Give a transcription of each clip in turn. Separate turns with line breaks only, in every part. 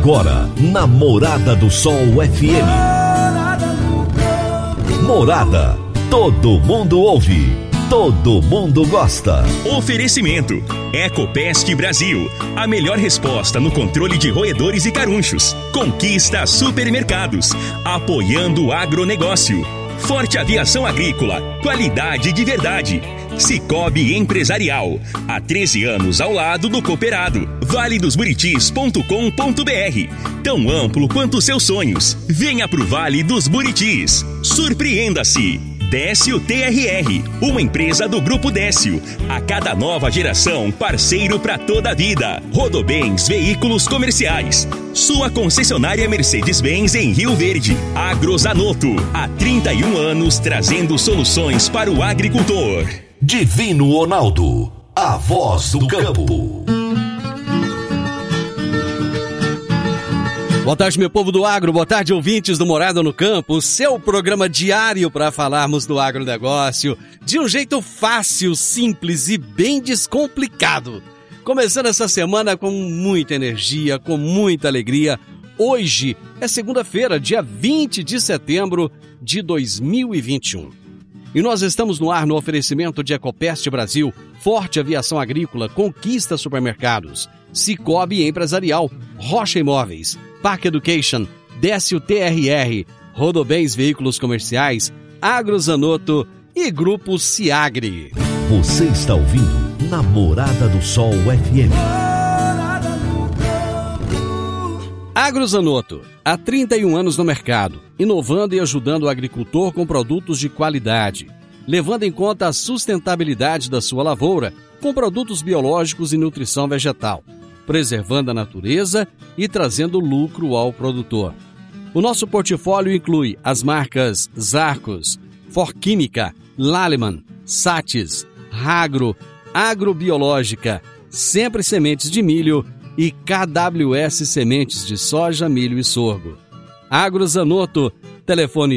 Agora, na Morada do Sol FM. Morada. Todo mundo ouve. Todo mundo gosta.
Oferecimento. Ecopest Brasil. A melhor resposta no controle de roedores e carunchos. Conquista Supermercados. Apoiando o agronegócio. Forte Aviação Agrícola. Qualidade de verdade. Cicobi Empresarial. Há 13 anos ao lado do cooperado. valedosburitis.com.br. Tão amplo quanto seus sonhos. Venha pro Vale dos Buritis. Surpreenda-se. Décio TRR, uma empresa do Grupo Décio. A cada nova geração, parceiro para toda a vida. Rodobens Veículos Comerciais. Sua concessionária Mercedes-Benz em Rio Verde. Agrozanoto, há 31 anos trazendo soluções para o agricultor.
Divino Ronaldo, a voz do campo.
Boa tarde, meu povo do agro, boa tarde, ouvintes do Morada no Campo, o seu programa diário para falarmos do agronegócio de um jeito fácil, simples e bem descomplicado. Começando essa semana com muita energia, com muita alegria. Hoje é segunda-feira, dia 20 de setembro de 2021. E nós estamos no ar no oferecimento de Ecopest Brasil, Forte Aviação Agrícola, Conquista Supermercados, Cicobi Empresarial, Rocha Imóveis, Park Education, Décio TRR, Rodobens Veículos Comerciais, Agrozanoto e Grupo Ciagri.
Você está ouvindo Namorada do Sol FM.
Agrozanoto, há 31 anos no mercado, inovando e ajudando o agricultor com produtos de qualidade, levando em conta a sustentabilidade da sua lavoura com produtos biológicos e nutrição vegetal, preservando a natureza e trazendo lucro ao produtor. O nosso portfólio inclui as marcas Zarcos, Forquímica, Laleman, Satis, Ragro, Agrobiológica, Sempre Sementes de Milho e KWS Sementes de Soja, Milho e Sorgo. Agrozanoto, telefone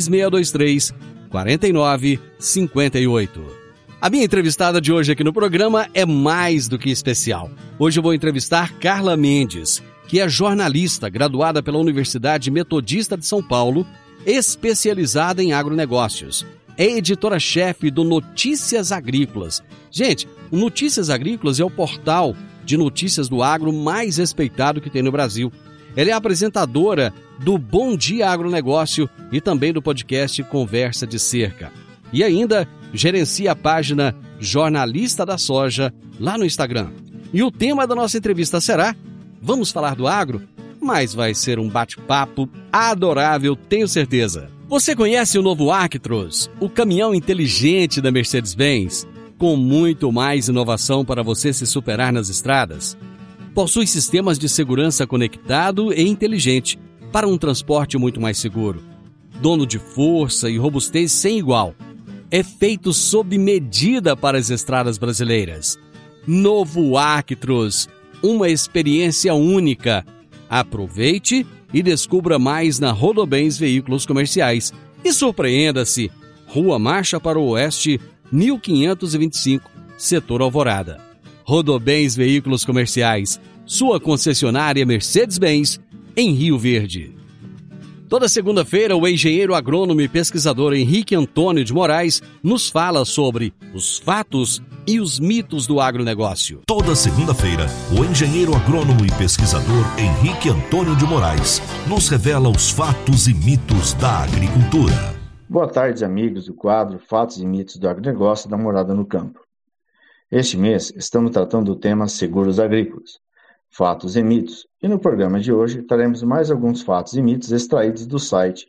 3623-4958. A minha entrevistada de hoje aqui no programa é mais do que especial. Hoje eu vou entrevistar Carla Mendes, que é jornalista graduada pela Universidade Metodista de São Paulo, especializada em agronegócios. É editora-chefe do Notícias Agrícolas. Gente, o Notícias Agrícolas é o portal de notícias do agro mais respeitado que tem no Brasil. Ela é apresentadora do Bom Dia Agronegócio e também do podcast Conversa de Cerca. E ainda gerencia a página Jornalista da Soja lá no Instagram. E o tema da nossa entrevista será: vamos falar do agro? Mas vai ser um bate-papo adorável, tenho certeza. Você conhece o novo Actros, o caminhão inteligente da Mercedes-Benz, com muito mais inovação para você se superar nas estradas? Possui sistemas de segurança conectado e inteligente para um transporte muito mais seguro. Dono de força e robustez sem igual. É feito sob medida para as estradas brasileiras. Novo Actros, uma experiência única. Aproveite e descubra mais na Rodobens Veículos Comerciais. E surpreenda-se, Rua Marcha para o Oeste, 1525, Setor Alvorada. Rodobens Veículos Comerciais, sua concessionária Mercedes-Benz, em Rio Verde. Toda segunda-feira, o engenheiro agrônomo e pesquisador Henrique Antônio de Moraes nos fala sobre os fatos e os mitos do agronegócio.
Toda segunda-feira, o engenheiro agrônomo e pesquisador Henrique Antônio de Moraes nos revela os fatos e mitos da agricultura.
Boa tarde, amigos do quadro Fatos e Mitos do Agronegócio da Morada no Campo. Este mês, estamos tratando do tema seguros agrícolas, fatos e mitos, e no programa de hoje traremos mais alguns fatos e mitos extraídos do site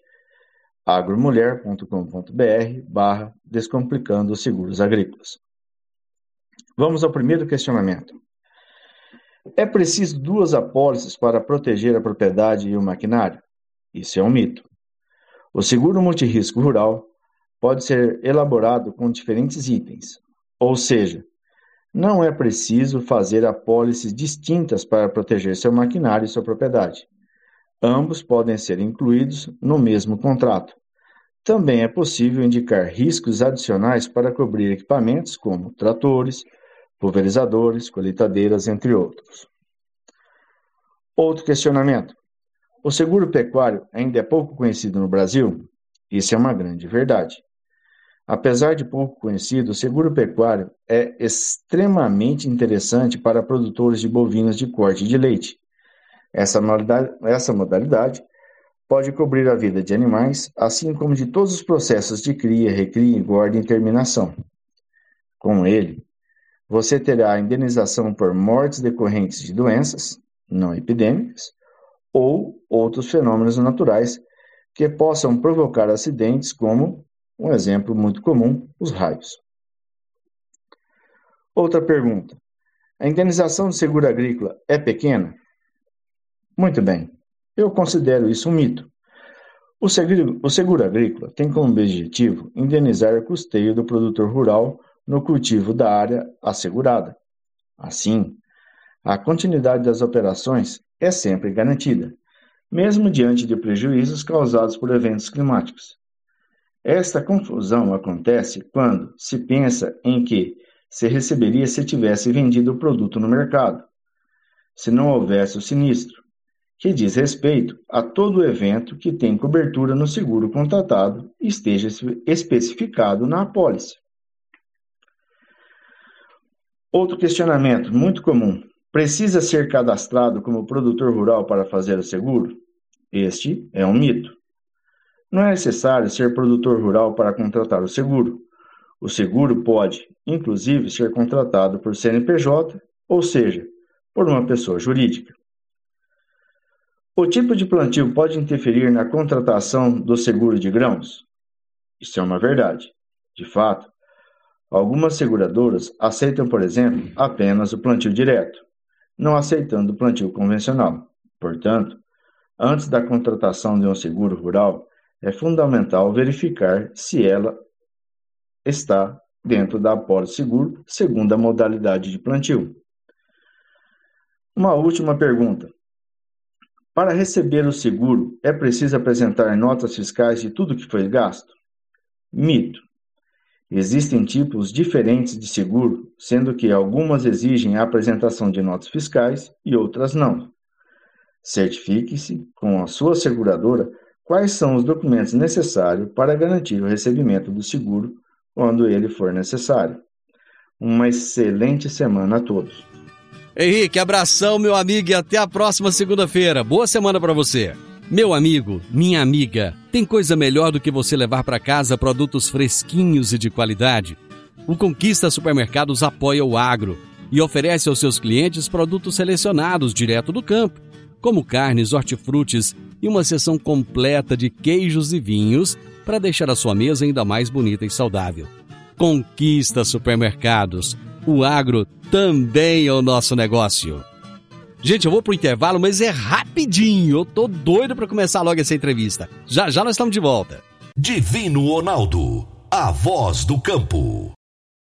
agromulher.com.br/descomplicando os seguros agrícolas. Vamos ao primeiro questionamento. É preciso 2 apólices para proteger a propriedade e o maquinário? Isso é um mito. O seguro multirrisco rural pode ser elaborado com diferentes itens, ou seja, não é preciso fazer apólices distintas para proteger seu maquinário e sua propriedade. Ambos podem ser incluídos no mesmo contrato. Também é possível indicar riscos adicionais para cobrir equipamentos como tratores, pulverizadores, colheitadeiras, entre outros. Outro questionamento. O seguro pecuário ainda é pouco conhecido no Brasil? Isso é uma grande verdade. Apesar de pouco conhecido, o seguro pecuário é extremamente interessante para produtores de bovinos de corte de leite. Essa modalidade pode cobrir a vida de animais, assim como de todos os processos de cria, recria, engorda e terminação. Com ele, você terá a indenização por mortes decorrentes de doenças não epidêmicas ou outros fenômenos naturais que possam provocar acidentes, como um exemplo muito comum, os raios. Outra pergunta. A indenização do seguro agrícola é pequena? Muito bem. Eu considero isso um mito. O seguro agrícola tem como objetivo indenizar o custeio do produtor rural no cultivo da área assegurada. Assim, a continuidade das operações é sempre garantida, mesmo diante de prejuízos causados por eventos climáticos. Esta confusão acontece quando se pensa em que se receberia se tivesse vendido o produto no mercado, se não houvesse o sinistro, que diz respeito a todo evento que tem cobertura no seguro contratado e esteja especificado na apólice. Outro questionamento muito comum. Precisa ser cadastrado como produtor rural para fazer o seguro? Este é um mito. Não é necessário ser produtor rural para contratar o seguro. O seguro pode, inclusive, ser contratado por CNPJ, ou seja, por uma pessoa jurídica. O tipo de plantio pode interferir na contratação do seguro de grãos? Isso é uma verdade. De fato, algumas seguradoras aceitam, por exemplo, apenas o plantio direto, não aceitando o plantio convencional. Portanto, antes da contratação de um seguro rural, é fundamental verificar se ela está dentro da apólice seguro, segundo a modalidade de plantio. Uma última pergunta. Para receber o seguro, é preciso apresentar notas fiscais de tudo que foi gasto? Mito. Existem tipos diferentes de seguro, sendo que algumas exigem a apresentação de notas fiscais e outras não. Certifique-se com a sua seguradora quais são os documentos necessários para garantir o recebimento do seguro quando ele for necessário. Uma excelente semana a todos.
Henrique, abração, meu amigo, e até a próxima segunda-feira. Boa semana para você. Meu amigo, minha amiga, tem coisa melhor do que você levar para casa produtos fresquinhos e de qualidade? O Conquista Supermercados apoia o agro e oferece aos seus clientes produtos selecionados direto do campo, como carnes, hortifrutis e uma seção completa de queijos e vinhos para deixar a sua mesa ainda mais bonita e saudável. Conquista Supermercados. O agro também é o nosso negócio. Gente, eu vou pro intervalo, mas é rapidinho. Eu tô doido para começar logo essa entrevista. Já já nós estamos de volta.
Divino Ronaldo, a voz do campo.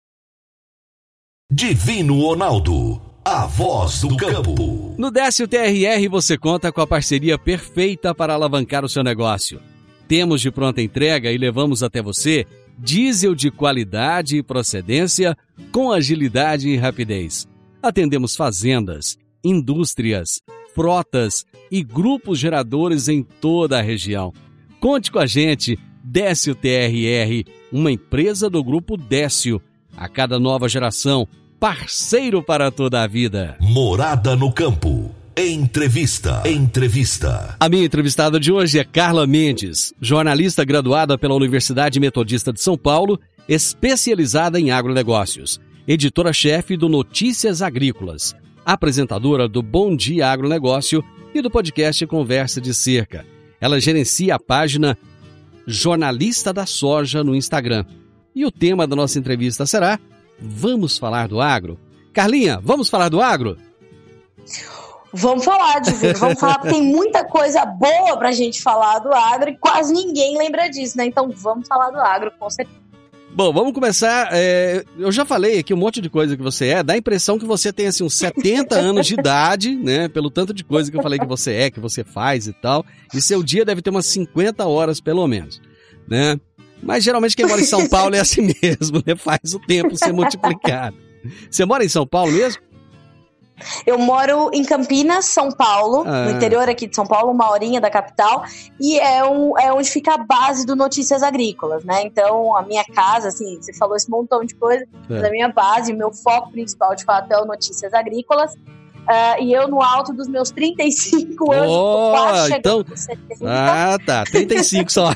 Divino Ronaldo, a voz do campo.
No Décio TRR você conta com a parceria perfeita para alavancar o seu negócio. Temos de pronta entrega e levamos até você diesel de qualidade e procedência com agilidade e rapidez. Atendemos fazendas, indústrias, frotas e grupos geradores em toda a região. Conte com a gente, Décio TRR, uma empresa do Grupo Décio. A cada nova geração, parceiro para toda a vida.
Morada no Campo. Entrevista.
A minha entrevistada de hoje é Carla Mendes, jornalista graduada pela Universidade Metodista de São Paulo, especializada em agronegócios, editora-chefe do Notícias Agrícolas, apresentadora do Bom Dia Agronegócio e do podcast Conversa de Cerca. Ela gerencia a página Jornalista da Soja no Instagram. E o tema da nossa entrevista será Vamos falar do agro? Carlinha, vamos falar do agro?
Vamos falar, Divino, vamos falar, porque tem muita coisa boa pra gente falar do agro e quase ninguém lembra disso, né? Então vamos falar do agro, com certeza.
Bom, vamos começar. Eu já falei aqui um monte de coisa que você é, dá a impressão que você tem assim, uns 70 anos de idade, né? Pelo tanto de coisa que eu falei que você é, que você faz e tal. E seu dia deve ter umas 50 horas, pelo menos, né? Mas geralmente quem mora em São Paulo é assim mesmo, né? Faz o tempo ser multiplicado. Você mora em São Paulo mesmo?
Eu moro em Campinas, São Paulo, no interior aqui de São Paulo, 1 horinha da capital, e é onde fica a base do Notícias Agrícolas, né? Então, a minha casa, assim, você falou esse montão de coisa, mas a minha base, o meu foco principal, de fato, é o Notícias Agrícolas, e eu, no alto dos meus 35 anos, quase chegando aos 70.
Ah, tá, 35 só.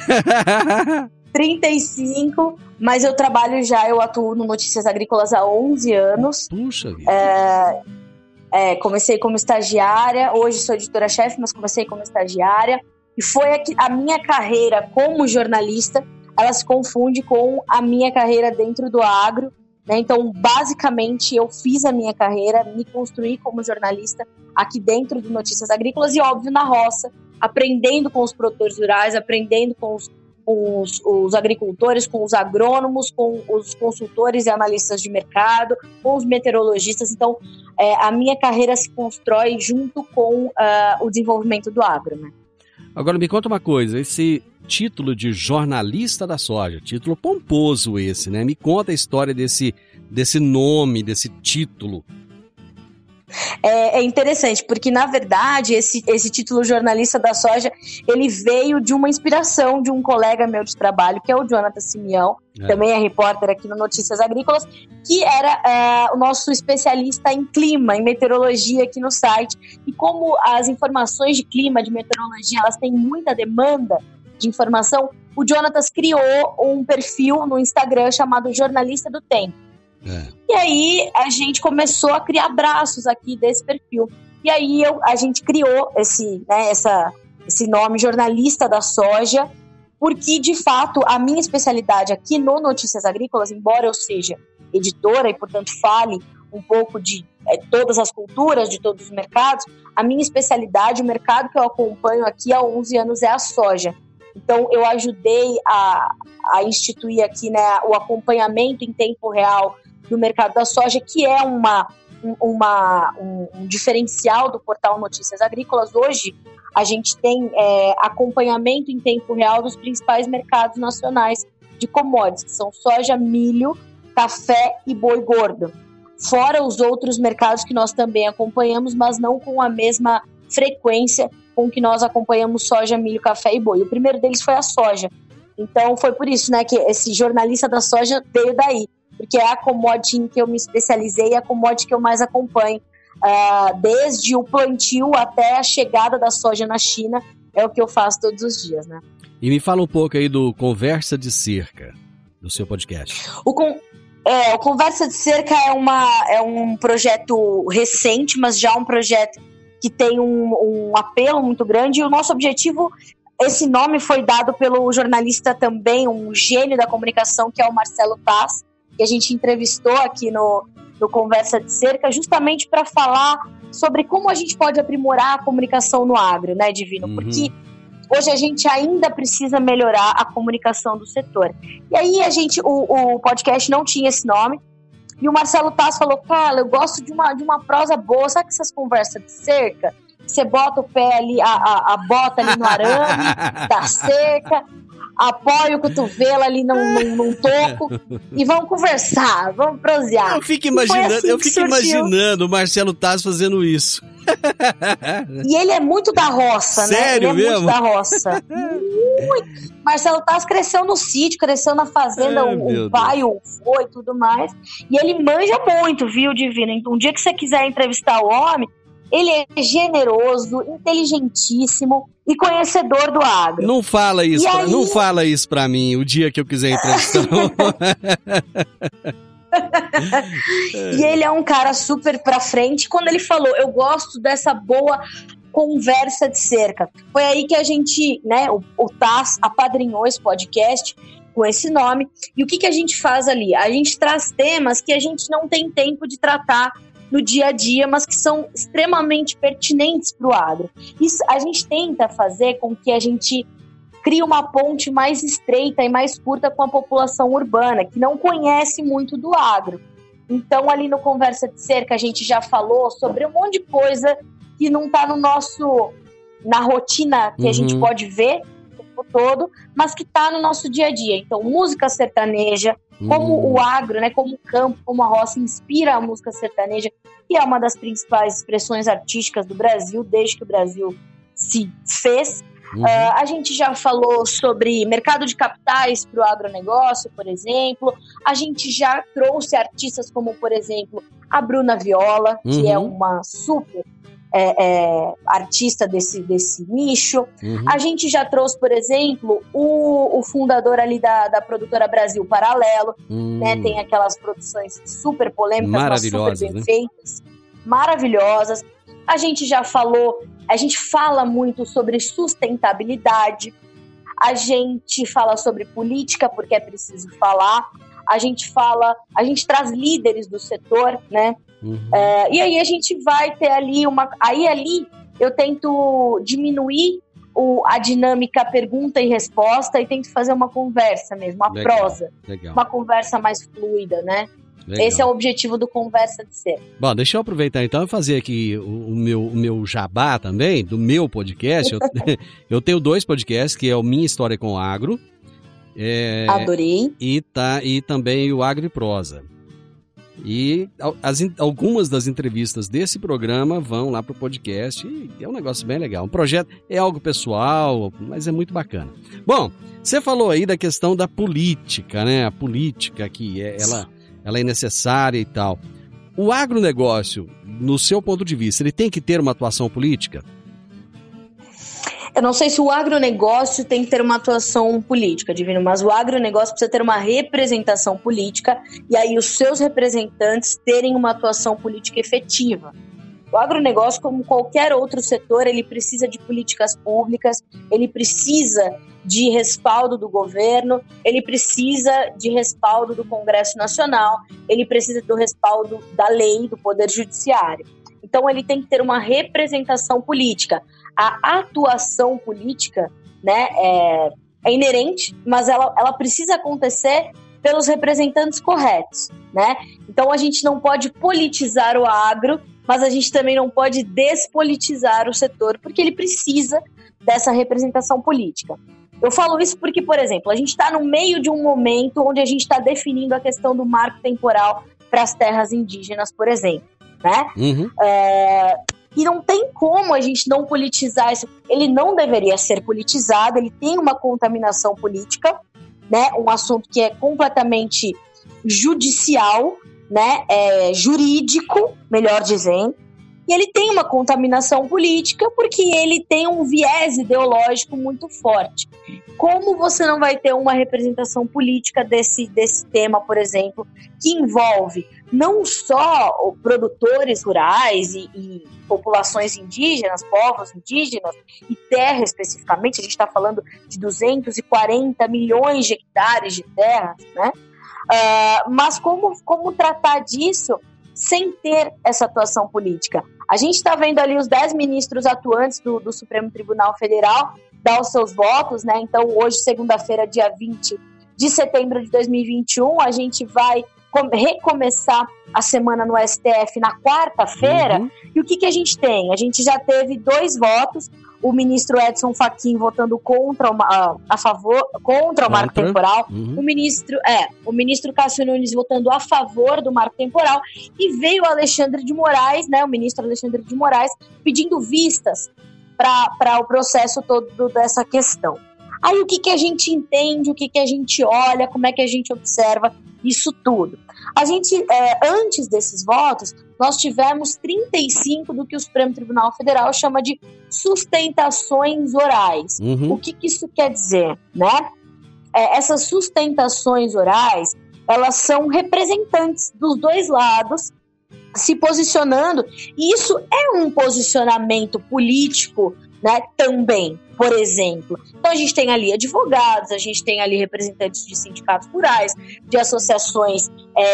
35, mas eu atuo no Notícias Agrícolas há 11 anos.
Puxa vida.
Comecei como estagiária, hoje sou editora-chefe, mas comecei como estagiária. E foi a minha carreira como jornalista, ela se confunde com a minha carreira dentro do agro, né? Então, basicamente, eu fiz a minha carreira, me construí como jornalista aqui dentro do Notícias Agrícolas e, óbvio, na roça, aprendendo com os produtores rurais, aprendendo com os agricultores, com os agrônomos, com os consultores e analistas de mercado, com os meteorologistas. Então, a minha carreira se constrói junto com o desenvolvimento do agro, né?
Agora, me conta uma coisa, esse título de jornalista da soja, título pomposo esse, né? Me conta a história desse nome, desse título.
É interessante, porque, na verdade, esse título jornalista da soja, ele veio de uma inspiração de um colega meu de trabalho, que é o Jonathan Simeão, também é repórter aqui no Notícias Agrícolas, que era o nosso especialista em clima, em meteorologia aqui no site. E como as informações de clima, de meteorologia, elas têm muita demanda de informação, o Jonathan criou um perfil no Instagram chamado Jornalista do Tempo. E aí a gente começou a criar braços aqui desse perfil. E aí a gente criou esse nome, Jornalista da Soja, porque, de fato, a minha especialidade aqui no Notícias Agrícolas, embora eu seja editora e, portanto, fale um pouco de todas as culturas, de todos os mercados, a minha especialidade, o mercado que eu acompanho aqui há 11 anos é a soja. Então, eu ajudei a instituir aqui, né, o acompanhamento em tempo real do mercado da soja, que é um diferencial do portal Notícias Agrícolas. Hoje, a gente tem acompanhamento em tempo real dos principais mercados nacionais de commodities, que são soja, milho, café e boi gordo. Fora os outros mercados que nós também acompanhamos, mas não com a mesma frequência com que nós acompanhamos soja, milho, café e boi. O primeiro deles foi a soja. Então, foi por isso, né, que esse jornalista da soja veio daí, porque é a commodity em que eu me especializei e a commodity que eu mais acompanho. Desde o plantio até a chegada da soja na China, é o que eu faço todos os dias, né?
E me fala um pouco aí do Conversa de Cerca, do seu podcast.
O Conversa de Cerca é um projeto recente, mas já um projeto que tem um apelo muito grande, e o nosso objetivo, esse nome foi dado pelo jornalista também, um gênio da comunicação, que é o Marcelo Taz, que a gente entrevistou aqui no Conversa de Cerca, justamente para falar sobre como a gente pode aprimorar a comunicação no agro, né, Divino? Porque hoje a gente ainda precisa melhorar a comunicação do setor. E aí o podcast não tinha esse nome, e o Marcelo Taz falou, cara, eu gosto de uma prosa boa, sabe essas conversas de cerca? Você bota o pé ali, a bota ali no arame da cerca, apoia o cotovelo ali num toco e vamos conversar, vamos prosear.
Eu fico imaginando o Marcelo Taz fazendo isso.
E ele é muito da roça, né?
Sério
ele é
mesmo?
Muito da roça. Muito. Marcelo Taz cresceu no sítio, cresceu na fazenda, o pai o foi e tudo mais. E ele manja muito, viu, Divino? Então, um dia que você quiser entrevistar o homem, ele é generoso, inteligentíssimo e conhecedor do agro.
Não fala isso pra mim o dia que eu quiser entrevistar.
E ele é um cara super pra frente. Quando ele falou, eu gosto dessa boa conversa de cerca, foi aí que a gente, né, o Taz apadrinhou esse podcast com esse nome. E o que a gente faz ali? A gente traz temas que a gente não tem tempo de tratar no dia a dia, mas que são extremamente pertinentes para o agro. Isso a gente tenta fazer com que a gente crie uma ponte mais estreita e mais curta com a população urbana, que não conhece muito do agro. Então, ali no Conversa de Cerca, a gente já falou sobre um monte de coisa que não está na rotina que a gente pode ver o tempo todo, mas que está no nosso dia a dia. Então, música sertaneja, como o agro, né, como o campo, como a roça inspira a música sertaneja, que é uma das principais expressões artísticas do Brasil, desde que o Brasil se fez. A gente já falou sobre mercado de capitais para o agronegócio, por exemplo. A gente já trouxe artistas como, por exemplo, a Bruna Viola, que é uma super artista desse nicho. A gente já trouxe, por exemplo, o fundador ali da produtora Brasil Paralelo, né? Tem aquelas produções super polêmicas, mas super bem feitas, maravilhosas. A gente já falou, a gente fala muito sobre sustentabilidade, a gente fala sobre política, porque é preciso falar, a gente traz líderes do setor, né? E aí a gente vai ter ali ali eu tento diminuir a dinâmica pergunta e resposta e tento fazer uma conversa mesmo, uma prosa, uma conversa mais fluida, né? Legal. Esse é o objetivo do Conversa de Ser.
Bom, deixa eu aproveitar então e fazer aqui o meu jabá também, do meu podcast. Eu tenho 2 podcasts, que é o Minha História com o Agro.
Adorei.
E também o Agro e Prosa. E algumas das entrevistas desse programa vão lá pro podcast e é um negócio bem legal. Um projeto é algo pessoal, mas é muito bacana. Bom, você falou aí da questão da política, né? A política que ela é necessária e tal. O agronegócio, no seu ponto de vista, ele tem que ter uma atuação política?
Eu não sei se o agronegócio tem que ter uma atuação política, Divino, mas o agronegócio precisa ter uma representação política e aí os seus representantes terem uma atuação política efetiva. O agronegócio, como qualquer outro setor, ele precisa de políticas públicas, ele precisa de respaldo do governo, ele precisa de respaldo do Congresso Nacional, ele precisa do respaldo da lei, do Poder Judiciário. Então, ele tem que ter uma representação política. A atuação política, né, é inerente, mas ela precisa acontecer pelos representantes corretos, né? Então, a gente não pode politizar o agro, mas a gente também não pode despolitizar o setor, porque ele precisa dessa representação política. Eu falo isso porque, por exemplo, a gente está no meio de um momento onde a gente está definindo a questão do marco temporal para as terras indígenas, por exemplo, né? E não tem como a gente não politizar isso. Ele não deveria ser politizado, ele tem uma contaminação política, né? Um assunto que é completamente judicial, né? Jurídico, melhor dizendo. E ele tem uma contaminação política porque ele tem um viés ideológico muito forte. Como você não vai ter uma representação política desse tema, por exemplo, que envolve não só produtores rurais e populações indígenas, povos indígenas e terra especificamente, a gente está falando de 240 milhões de hectares de terras, né? Mas como tratar disso sem ter essa atuação política? A gente está vendo ali os 10 ministros atuantes do Supremo Tribunal Federal dar os seus votos, né? Então, hoje, segunda-feira, dia 20 de setembro de 2021, a gente vai recomeçar a semana no STF na quarta-feira. E o que a gente tem? A gente já teve 2 votos, o ministro Edson Fachin votando contra o marco temporal, o ministro Cássio Nunes votando a favor do marco temporal, e veio o Alexandre de Moraes, né, o ministro Alexandre de Moraes, pedindo vistas para o processo todo dessa questão. Aí o que a gente entende, o que a gente olha, como é que a gente observa isso tudo? A gente, antes desses votos, nós tivemos 35 do que o Supremo Tribunal Federal chama de sustentações orais. O que isso quer dizer, né? Essas sustentações orais, elas são representantes dos dois lados se posicionando, e isso é um posicionamento político, né, também, por exemplo. Então a gente tem ali advogados, a gente tem ali representantes de sindicatos rurais, de associações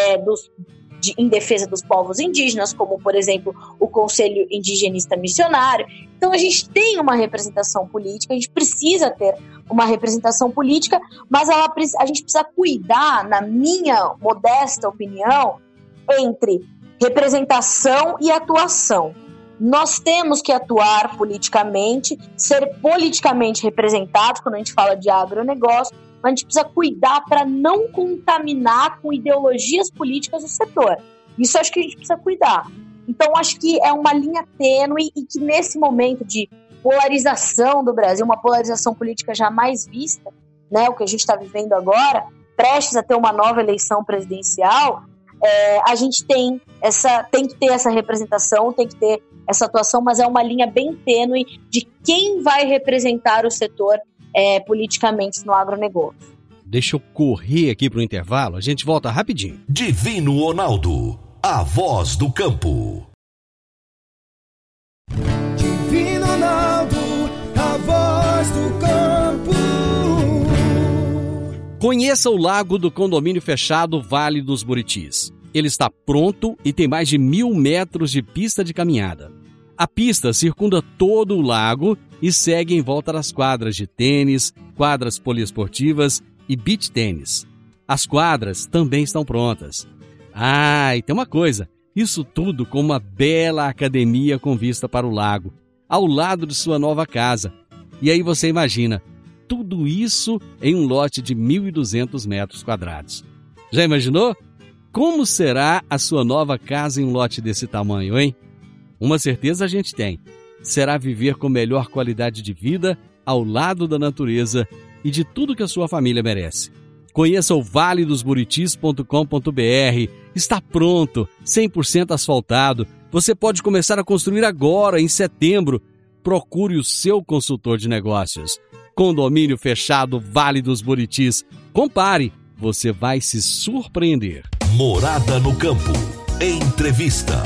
em defesa dos povos indígenas, como, por exemplo, o Conselho Indigenista Missionário. Então a gente tem uma representação política, a gente precisa ter uma representação política, mas a gente precisa cuidar, na minha modesta opinião, entre representação e atuação. Nós temos que atuar politicamente, ser politicamente representados, quando a gente fala de agronegócio, mas a gente precisa cuidar para não contaminar com ideologias políticas o setor. Isso acho que a gente precisa cuidar. Então, acho que é uma linha tênue e que nesse momento de polarização do Brasil, uma polarização política jamais vista, né, o que a gente está vivendo agora, prestes a ter uma nova eleição presidencial, a gente tem que ter essa representação, tem que ter essa atuação, mas é uma linha bem tênue de quem vai representar o setor politicamente no agronegócio.
Deixa eu correr aqui para o intervalo, a gente volta rapidinho.
Divino Ronaldo, a voz do campo.
Divino Ronaldo, a voz do campo.
Conheça o lago do condomínio fechado Vale dos Buritis. Ele está pronto e tem mais de 1.000 metros de pista de caminhada. A pista circunda todo o lago e segue em volta das quadras de tênis, quadras poliesportivas e beach tênis. As quadras também estão prontas. E tem uma coisa, isso tudo com uma bela academia com vista para o lago, ao lado de sua nova casa. E aí você imagina, tudo isso em um lote de 1.200 metros quadrados. Já imaginou? Como será a sua nova casa em um lote desse tamanho, hein? Uma certeza a gente tem. Será viver com melhor qualidade de vida, ao lado da natureza e de tudo que a sua família merece. Conheça o valedosburitis.com.br. Está pronto, 100% asfaltado. Você pode começar a construir agora, em setembro. Procure o seu consultor de negócios. Condomínio fechado Vale dos Buritis. Compare, você vai se surpreender.
Morada no campo. Entrevista.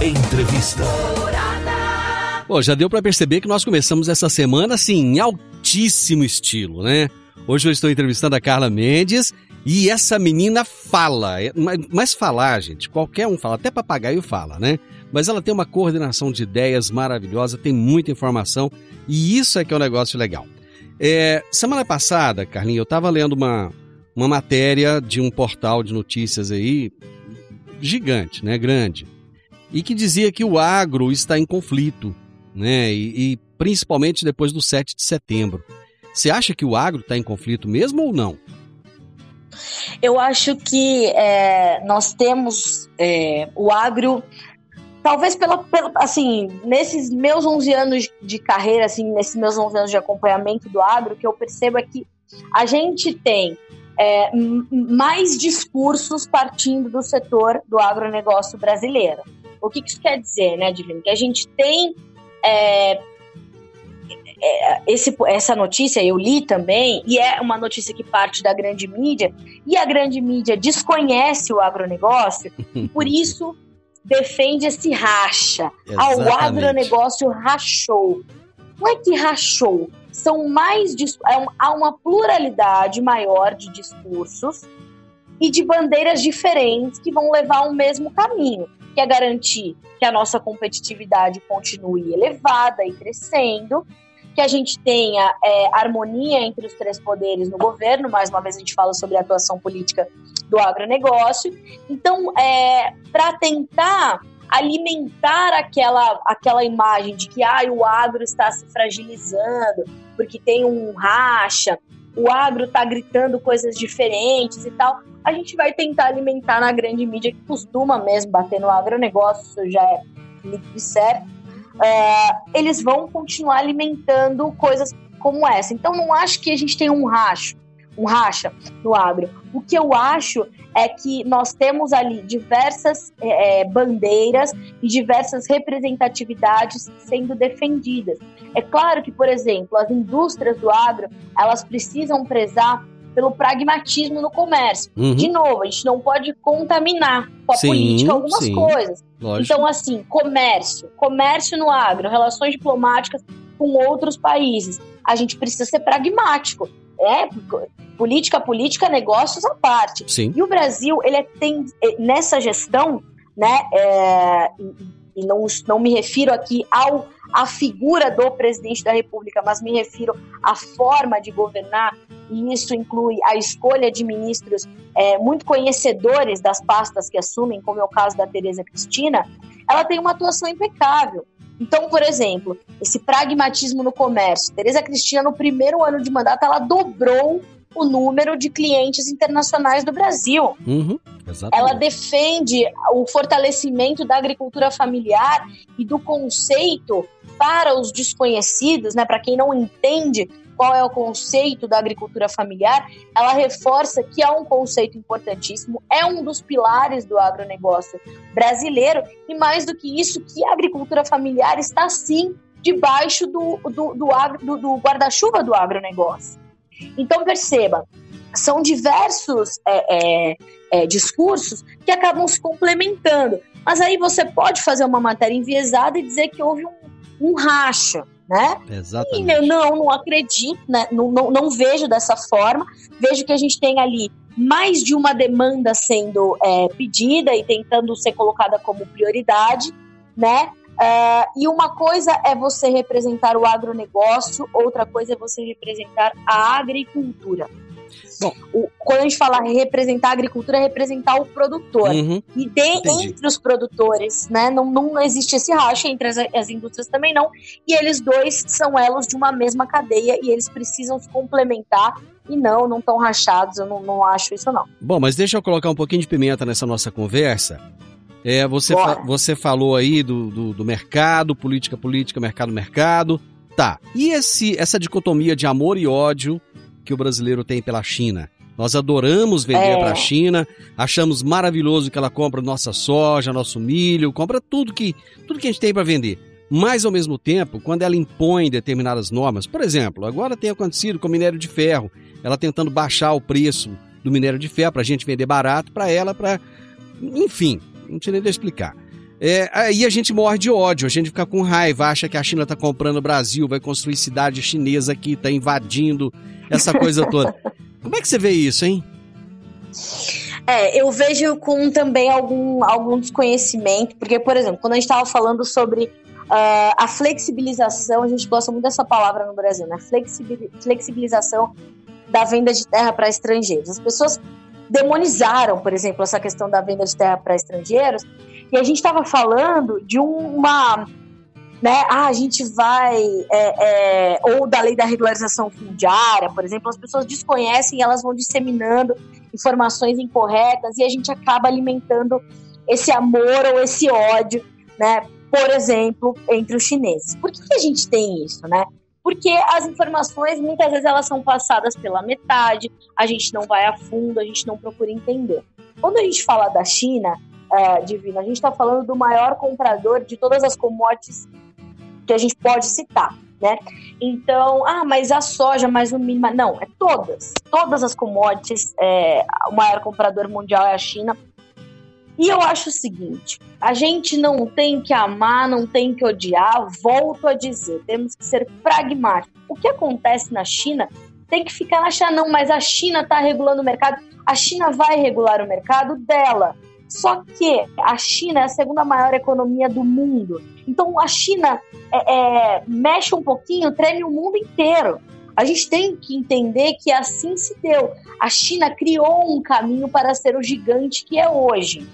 Bom, já deu para perceber que nós começamos essa semana assim, em altíssimo estilo, né? Hoje eu estou entrevistando a Carla Mendes e essa menina fala, mas falar, gente, qualquer um fala, até papagaio fala, né? Mas ela tem uma coordenação de ideias maravilhosa, tem muita informação e isso é que é um negócio legal. Semana passada, Carlinhos, eu estava lendo uma matéria de um portal de notícias aí, gigante, né, grande, e que dizia que o agro está em conflito, né, e principalmente depois do 7 de setembro. Você acha que o agro está em conflito mesmo ou não?
Eu acho que nós temos o agro, talvez assim, nesses meus 11 anos de carreira, assim, nesses meus 11 anos de acompanhamento do agro, que eu percebo é que a gente tem mais discursos partindo do setor do agronegócio brasileiro. O que isso quer dizer, né, Divino? Que a gente tem essa notícia, eu li também, e é uma notícia que parte da grande mídia, e a grande mídia desconhece o agronegócio, e por isso defende esse racha. O agronegócio rachou. Não é que rachou, há uma pluralidade maior de discursos e de bandeiras diferentes que vão levar ao mesmo caminho, que é garantir que a nossa competitividade continue elevada e crescendo, que a gente tenha harmonia entre os três poderes no governo. Mais uma vez a gente fala sobre a atuação política do agronegócio. Então, para tentar alimentar aquela imagem de que o agro está se fragilizando, porque tem um racha, o agro está gritando coisas diferentes e tal, a gente vai tentar alimentar na grande mídia, que costuma mesmo bater no agronegócio, isso já é líquido e certo. Eles vão continuar alimentando coisas como essa. Então não acho que a gente tenha um racha no agro. O que eu acho é que nós temos ali diversas bandeiras e diversas representatividades sendo defendidas. É claro que, por exemplo, as indústrias do agro, elas precisam prezar pelo pragmatismo no comércio. Uhum. De novo, a gente não pode contaminar com a política algumas coisas. Lógico. Então, assim, comércio no agro, relações diplomáticas com outros países. A gente precisa ser pragmático. Política, negócios à parte. Sim. E o Brasil, ele tem nessa gestão, né, e não me refiro aqui à figura do presidente da República, mas me refiro à forma de governar, e isso inclui a escolha de ministros muito conhecedores das pastas que assumem, como é o caso da Tereza Cristina. Ela tem uma atuação impecável. Então, por exemplo, esse pragmatismo no comércio, Tereza Cristina, no primeiro ano de mandato, ela dobrou o número de clientes internacionais do Brasil. Ela defende o fortalecimento da agricultura familiar e do conceito para os desconhecidos, né, para quem não entende qual é o conceito da agricultura familiar. Ela reforça que é um conceito importantíssimo, é um dos pilares do agronegócio brasileiro, e mais do que isso, que a agricultura familiar está sim debaixo do guarda-chuva do agronegócio. Então perceba, são diversos discursos que acabam se complementando, mas aí você pode fazer uma matéria enviesada e dizer que houve um racha, né?
Exatamente.
E eu não acredito, né? Não vejo dessa forma. Vejo que a gente tem ali mais de uma demanda sendo pedida e tentando ser colocada como prioridade, né? E uma coisa é você representar o agronegócio, outra coisa é você representar a agricultura. Bom, quando a gente fala representar a agricultura, é representar o produtor. E entre os produtores, né, não existe esse racha, entre as indústrias também não, e eles dois são elos de uma mesma cadeia e eles precisam se complementar e não estão rachados. Eu não acho isso não.
Bom, mas deixa eu colocar um pouquinho de pimenta nessa nossa conversa. Você falou aí do mercado, política, mercado. Tá, e essa dicotomia de amor e ódio que o brasileiro tem pela China? Nós adoramos vender para a China, achamos maravilhoso que ela compra nossa soja, nosso milho, compra tudo que a gente tem para vender. Mas, ao mesmo tempo, quando ela impõe determinadas normas, por exemplo, agora tem acontecido com o minério de ferro, ela tentando baixar o preço do minério de ferro para a gente vender barato para ela, enfim, não sei nem de explicar. Aí a gente morre de ódio, a gente fica com raiva, acha que a China está comprando o Brasil, vai construir cidade chinesa aqui, está invadindo essa coisa toda. Como é que você vê isso, hein?
Eu vejo com também algum desconhecimento, porque, por exemplo, quando a gente estava falando sobre a flexibilização, a gente gosta muito dessa palavra no Brasil, né? Flexibilização da venda de terra para estrangeiros. As pessoas demonizaram, por exemplo, essa questão da venda de terra para estrangeiros, e a gente estava falando de uma... Né, a gente vai, ou da lei da regularização fundiária, por exemplo, as pessoas desconhecem e elas vão disseminando informações incorretas e a gente acaba alimentando esse amor ou esse ódio, né, por exemplo, entre os chineses. Por que a gente tem isso, né? Porque as informações, muitas vezes, elas são passadas pela metade, a gente não vai a fundo, a gente não procura entender. Quando a gente fala da China, Divino, a gente está falando do maior comprador de todas as commodities que a gente pode citar, né? Então, mas a soja, mais o milho, não, todas as commodities, o maior comprador mundial é a China. E eu acho o seguinte, a gente não tem que amar, não tem que odiar, volto a dizer, temos que ser pragmáticos. O que acontece na China tem que ficar na China, não, mas a China está regulando o mercado, a China vai regular o mercado dela. Só que a China é a segunda maior economia do mundo. Então a China mexe um pouquinho, treme o mundo inteiro. A gente tem que entender que assim se deu. A China criou um caminho para ser o gigante que é hoje.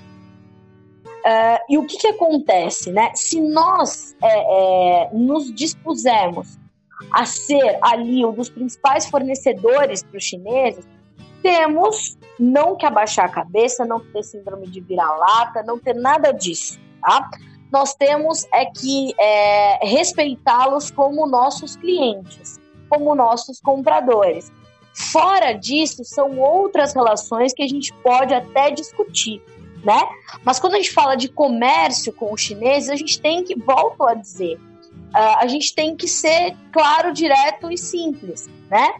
E o que acontece, né? Se nós nos dispusermos a ser ali um dos principais fornecedores para os chineses, temos não que abaixar a cabeça, não ter síndrome de vira-lata, não ter nada disso, tá? Nós temos que respeitá-los como nossos clientes, como nossos compradores. Fora disso, são outras relações que a gente pode até discutir, né? Mas quando a gente fala de comércio com os chineses, a gente tem que, volto a dizer, a gente tem que ser claro, direto e simples, né?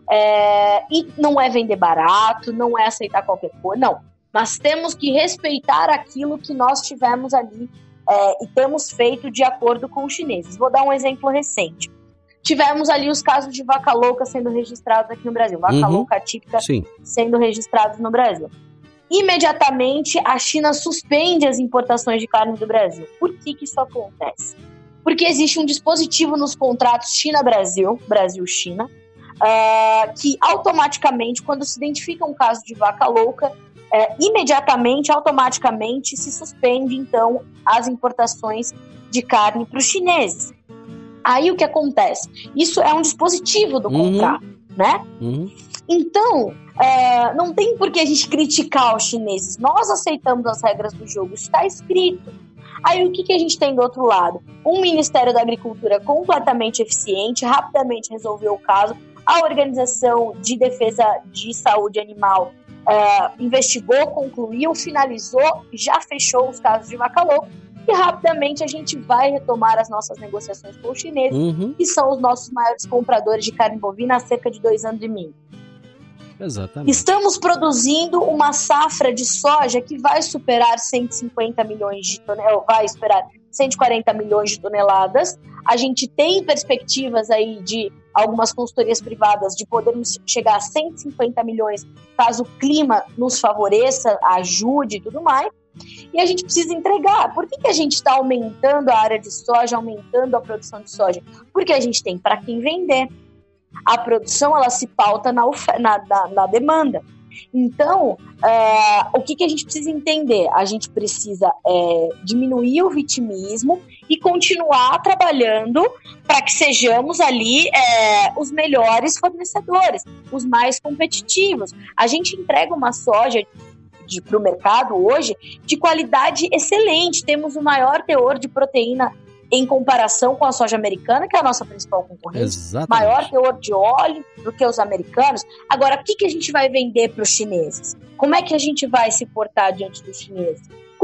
E não é vender barato, não é aceitar qualquer coisa, não. Mas temos que respeitar aquilo que nós tivemos ali e temos feito de acordo com os chineses. Vou dar um exemplo recente. Tivemos ali os casos de vaca louca sendo registrados aqui no Brasil, vaca louca atípica sendo registrados no Brasil. Imediatamente a China suspende as importações de carne do Brasil. Por que isso acontece? Porque existe um dispositivo nos contratos China-Brasil, Brasil-China, que automaticamente, quando se identifica um caso de vaca louca, automaticamente se suspende, então, as importações de carne para os chineses. Aí o que acontece? Isso é um dispositivo do contrato, né? Então, não tem por que a gente criticar os chineses. Nós aceitamos as regras do jogo, está escrito. Aí o que a gente tem do outro lado? Um Ministério da Agricultura completamente eficiente, rapidamente resolveu o caso. A Organização de Defesa de Saúde Animal investigou, concluiu, finalizou, já fechou os casos de vaca louca. E rapidamente a gente vai retomar as nossas negociações com os chineses, que são os nossos maiores compradores de carne bovina há cerca de 2 anos e meio.
Exatamente.
Estamos produzindo uma safra de soja que vai superar 150 milhões de toneladas, vai esperar 140 milhões de toneladas. A gente tem perspectivas aí de algumas consultorias privadas de podermos chegar a 150 milhões caso o clima nos favoreça, ajude e tudo mais. E a gente precisa entregar. Por que a gente está aumentando a área de soja, aumentando a produção de soja? Porque a gente tem para quem vender. A produção, ela se pauta na demanda. Então, o que a gente precisa entender? A gente precisa diminuir o vitimismo e continuar trabalhando para que sejamos ali os melhores fornecedores, os mais competitivos. A gente entrega uma soja para o mercado hoje de qualidade excelente. Temos o maior teor de proteína em comparação com a soja americana, que é a nossa principal concorrente. Exatamente. Maior teor de óleo do que os americanos. Agora, o que a gente vai vender para os chineses? Como é que a gente vai se portar diante dos chineses?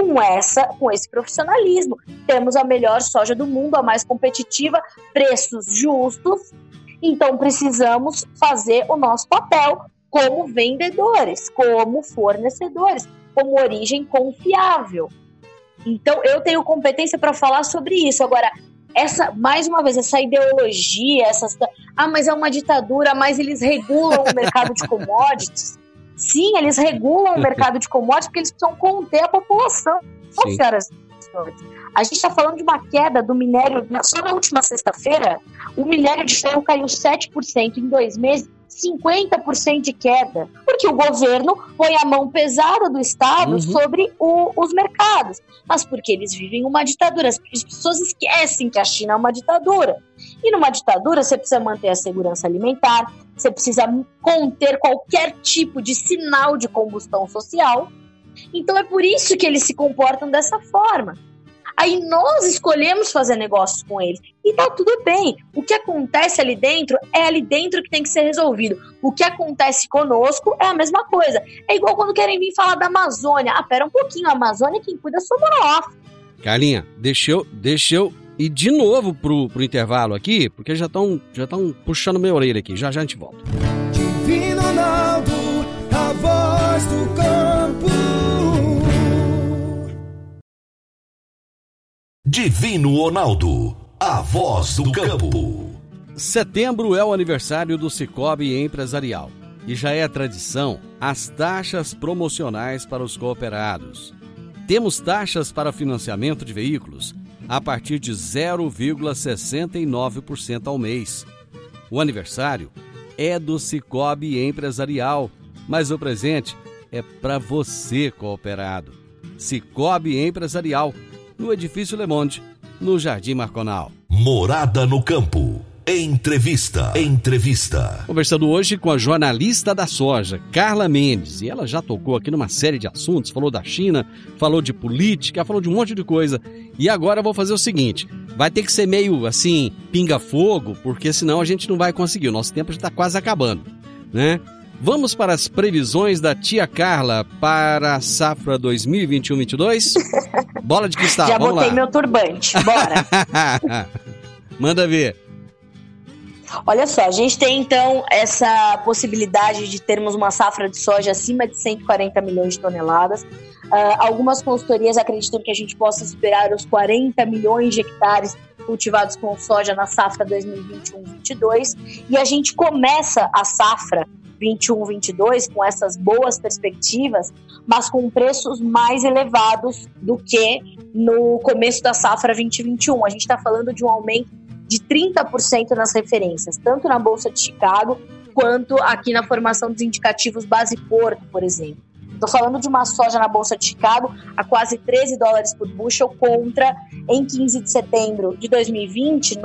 Com esse profissionalismo. Temos a melhor soja do mundo, a mais competitiva, preços justos. Então, precisamos fazer o nosso papel como vendedores, como fornecedores, como origem confiável. Então, eu tenho competência para falar sobre isso. Agora, mais uma vez, essa ideologia, mas é uma ditadura, mas eles regulam o mercado de commodities. Sim, eles regulam o mercado de commodities porque eles precisam conter a população. Então, senhoras e senhores, a gente está falando de uma queda do minério. Só na última sexta-feira, o minério de ferro caiu 7% em 2 meses. 50% de queda, porque o governo põe a mão pesada do Estado sobre os mercados, mas porque eles vivem uma ditadura. As pessoas esquecem que a China é uma ditadura, e numa ditadura você precisa manter a segurança alimentar, você precisa conter qualquer tipo de sinal de combustão social. Então é por isso que eles se comportam dessa forma. Aí nós escolhemos fazer negócios com eles. E tá tudo bem. O que acontece ali dentro é ali dentro que tem que ser resolvido. O que acontece conosco é a mesma coisa. É igual quando querem vir falar da Amazônia. Pera um pouquinho, a Amazônia quem cuida somos nós.
Carlinha, deixa eu ir de novo pro intervalo aqui, porque já estão puxando minha orelha aqui. Já a gente volta.
Divino Ronaldo, a voz do campo.
Divino Ronaldo, a voz do campo.
Setembro é o aniversário do Sicoob Empresarial e já é tradição as taxas promocionais para os cooperados. Temos taxas para financiamento de veículos a partir de 0,69% ao mês. O aniversário é do Sicoob Empresarial, mas o presente é para você, cooperado. Sicoob Empresarial, no Edifício Le Monde, no Jardim Marconal.
Morada no Campo. Entrevista.
Conversando hoje com a jornalista da soja, Carla Mendes. E ela já tocou aqui numa série de assuntos, falou da China, falou de política, falou de um monte de coisa. E agora eu vou fazer o seguinte, vai ter que ser meio assim, pinga-fogo, porque senão a gente não vai conseguir. O nosso tempo já está quase acabando, né? Vamos para as previsões da tia Carla para a safra 2021-22? Bola de cristal,
já
vamos lá.
Já botei meu turbante, bora.
Manda ver.
Olha só, a gente tem então essa possibilidade de termos uma safra de soja acima de 140 milhões de toneladas. Algumas consultorias acreditam que a gente possa superar os 40 milhões de hectares cultivados com soja na safra 2021-22. E a gente começa a safra 21-22 com essas boas perspectivas, mas com preços mais elevados do que no começo da safra 2021. A gente está falando de um aumento de 30% nas referências, tanto na Bolsa de Chicago, quanto aqui na formação dos indicativos Base Porto, por exemplo. Estou falando de uma soja na Bolsa de Chicago a quase $13 por bushel contra, em 15 de setembro de 2020,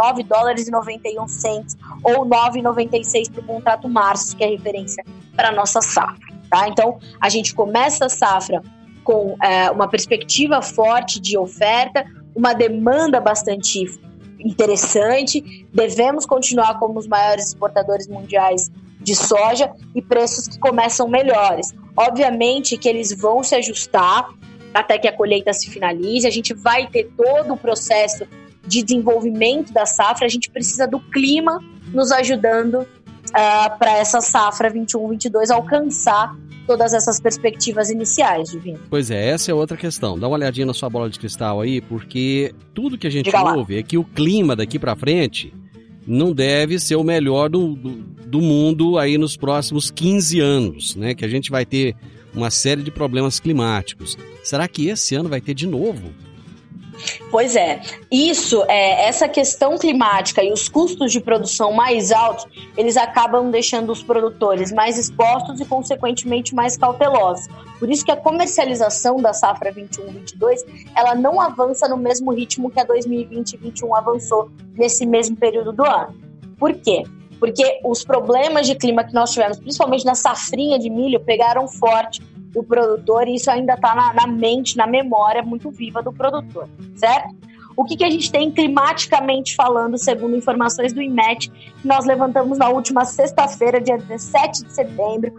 $9,91 ou $9,96 para o contrato março, que é referência para a nossa safra. Tá? Então, a gente começa a safra com uma perspectiva forte de oferta, uma demanda bastante interessante, devemos continuar como os maiores exportadores mundiais de soja e preços que começam melhores. Obviamente que eles vão se ajustar até que a colheita se finalize, a gente vai ter todo o processo de desenvolvimento da safra, a gente precisa do clima nos ajudando para essa safra 21-22 alcançar todas essas perspectivas iniciais, Divino.
Pois é, essa é outra questão. Dá uma olhadinha na sua bola de cristal aí, porque tudo que a gente ouve é que o clima daqui para frente não deve ser o melhor do mundo aí nos próximos 15 anos, né? Que a gente vai ter uma série de problemas climáticos. Será que esse ano vai ter de novo?
Pois é, essa questão climática e os custos de produção mais altos, eles acabam deixando os produtores mais expostos e, consequentemente, mais cautelosos. Por isso que a comercialização da safra 21-22, ela não avança no mesmo ritmo que a 2020-21 avançou nesse mesmo período do ano. Por quê? Porque os problemas de clima que nós tivemos, principalmente na safrinha de milho, pegaram forte o produtor, e isso ainda está na mente, na memória muito viva do produtor, certo? O que a gente tem climaticamente falando, segundo informações do IMET, que nós levantamos na última sexta-feira, dia 17 de setembro,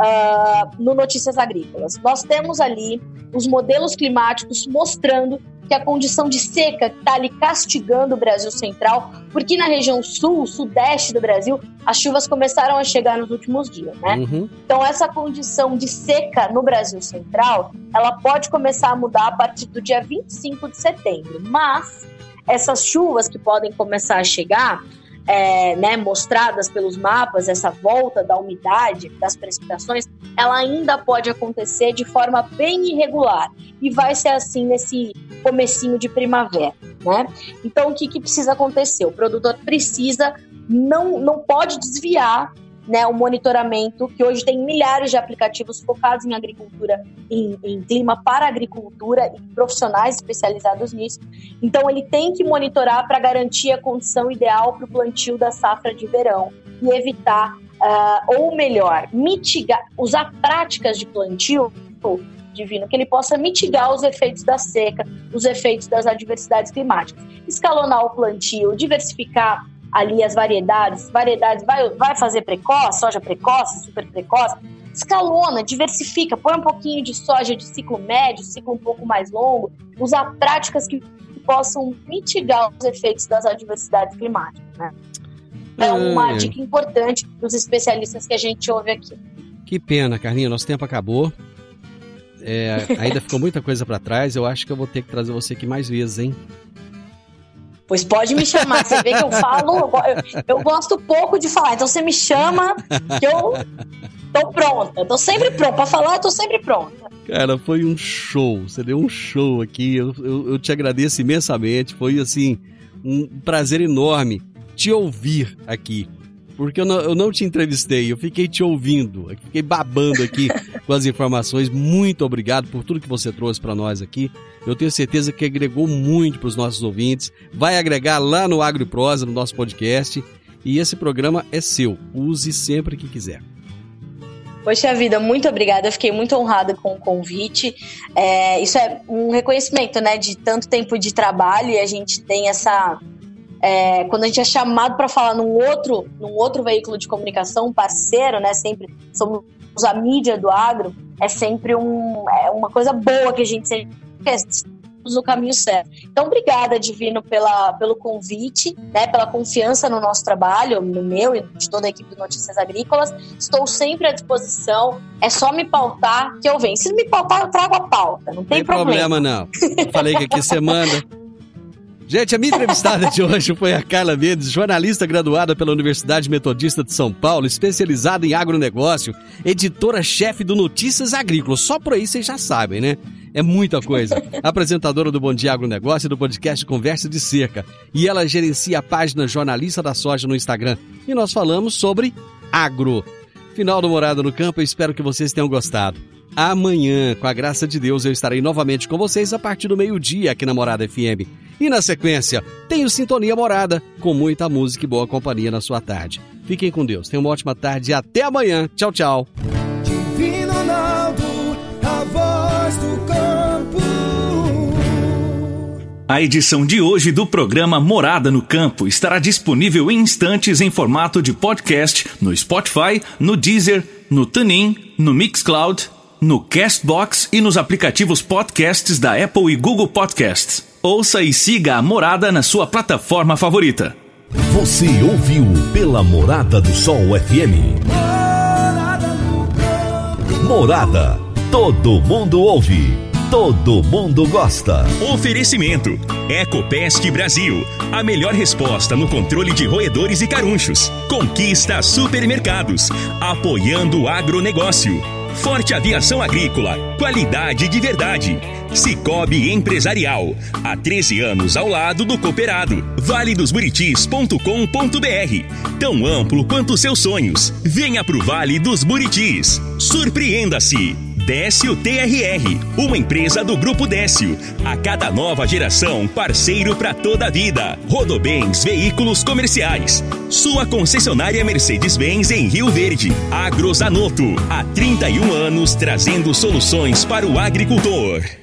no Notícias Agrícolas. Nós temos ali os modelos climáticos mostrando que a condição de seca está ali castigando o Brasil Central, porque na região sul, sudeste do Brasil, as chuvas começaram a chegar nos últimos dias, né? Uhum. Então, essa condição de seca no Brasil Central, ela pode começar a mudar a partir do dia 25 de setembro. Mas essas chuvas que podem começar a chegar, mostradas pelos mapas, essa volta da umidade, das precipitações, ela ainda pode acontecer de forma bem irregular e vai ser assim nesse comecinho de primavera, né? Então, o que precisa acontecer? O produtor precisa, não pode desviar, né, o monitoramento, que hoje tem milhares de aplicativos focados em agricultura, em clima para agricultura e profissionais especializados nisso. Então, ele tem que monitorar para garantir a condição ideal para o plantio da safra de verão e evitar, ou melhor, mitigar, usar práticas de plantio, Divino, que ele possa mitigar os efeitos da seca, os efeitos das adversidades climáticas. Escalonar o plantio, diversificar ali as variedades, vai fazer precoce, soja precoce, super precoce, escalona, diversifica, põe um pouquinho de soja de ciclo médio, ciclo um pouco mais longo, usar práticas que possam mitigar os efeitos das adversidades climáticas, né? É uma dica importante dos especialistas que a gente ouve aqui.
Que pena, Carlinha, nosso tempo acabou. Ainda ficou muita coisa para trás, eu acho que eu vou ter que trazer você aqui mais vezes, hein?
Pois pode me chamar, você vê que eu falo, eu gosto pouco de falar, então você me chama que eu tô pronta, tô sempre pronta, pra falar eu tô sempre pronta.
Cara, foi um show, você deu um show aqui, eu te agradeço imensamente, foi assim, um prazer enorme te ouvir aqui, porque eu não te entrevistei, eu fiquei te ouvindo, fiquei babando aqui com as informações. Muito obrigado por tudo que você trouxe para nós aqui. Eu tenho certeza que agregou muito para os nossos ouvintes, vai agregar lá no Agro e Prosa, no nosso podcast, e esse programa é seu, use sempre que quiser.
Poxa vida, muito obrigada, eu fiquei muito honrada com o convite. Isso é um reconhecimento, né, de tanto tempo de trabalho, e a gente tem essa... quando a gente é chamado para falar num outro veículo de comunicação, um parceiro, né? Sempre somos a mídia do agro, é sempre uma coisa boa que a gente sempre quer no caminho certo. Então, obrigada, Divino, pelo convite, né? Pela confiança no nosso trabalho, no meu e de toda a equipe do Notícias Agrícolas. Estou sempre à disposição, é só me pautar que eu venho. Se me pautar, eu trago a pauta, não tem problema.
Não. Falei que aqui você manda. Gente, a minha entrevistada de hoje foi a Carla Mendes, jornalista graduada pela Universidade Metodista de São Paulo, especializada em agronegócio, editora-chefe do Notícias Agrícolas. Só por aí vocês já sabem, né? É muita coisa. Apresentadora do Bom Dia Agronegócio e do podcast Conversa de Cerca. E ela gerencia a página Jornalista da Soja no Instagram. E nós falamos sobre agro. Final do Morada no Campo, eu espero que vocês tenham gostado. amanhã, com a graça de Deus, eu estarei novamente com vocês a partir do meio-dia aqui na Morada FM. E na sequência, tenho Sintonia Morada, com muita música e boa companhia na sua tarde. Fiquem com Deus, tenham uma ótima tarde e até amanhã. Tchau, tchau.
Divino Ronaldo, a voz do campo.
A edição de hoje do programa Morada no Campo estará disponível em instantes em formato de podcast no Spotify, no Deezer, no TuneIn, no Mixcloud, no Castbox e nos aplicativos podcasts da Apple e Google Podcasts. Ouça e siga a Morada na sua plataforma favorita.
Você ouviu pela Morada do Sol FM. Morada. Todo mundo ouve. Todo mundo gosta.
Oferecimento: Ecopest Brasil. A melhor resposta no controle de roedores e carunchos. Conquista Supermercados. Apoiando o agronegócio. Forte Aviação Agrícola. Qualidade de verdade. Cicobi Empresarial. Há 13 anos ao lado do cooperado. valedosburitis.com.br. Tão amplo quanto seus sonhos. Venha pro Vale dos Buritis. Surpreenda-se. Décio TRR, uma empresa do Grupo Décio. A cada nova geração, parceiro para toda a vida. Rodobens Veículos Comerciais. Sua concessionária Mercedes-Benz em Rio Verde. Agrozanoto, há 31 anos trazendo soluções para o agricultor.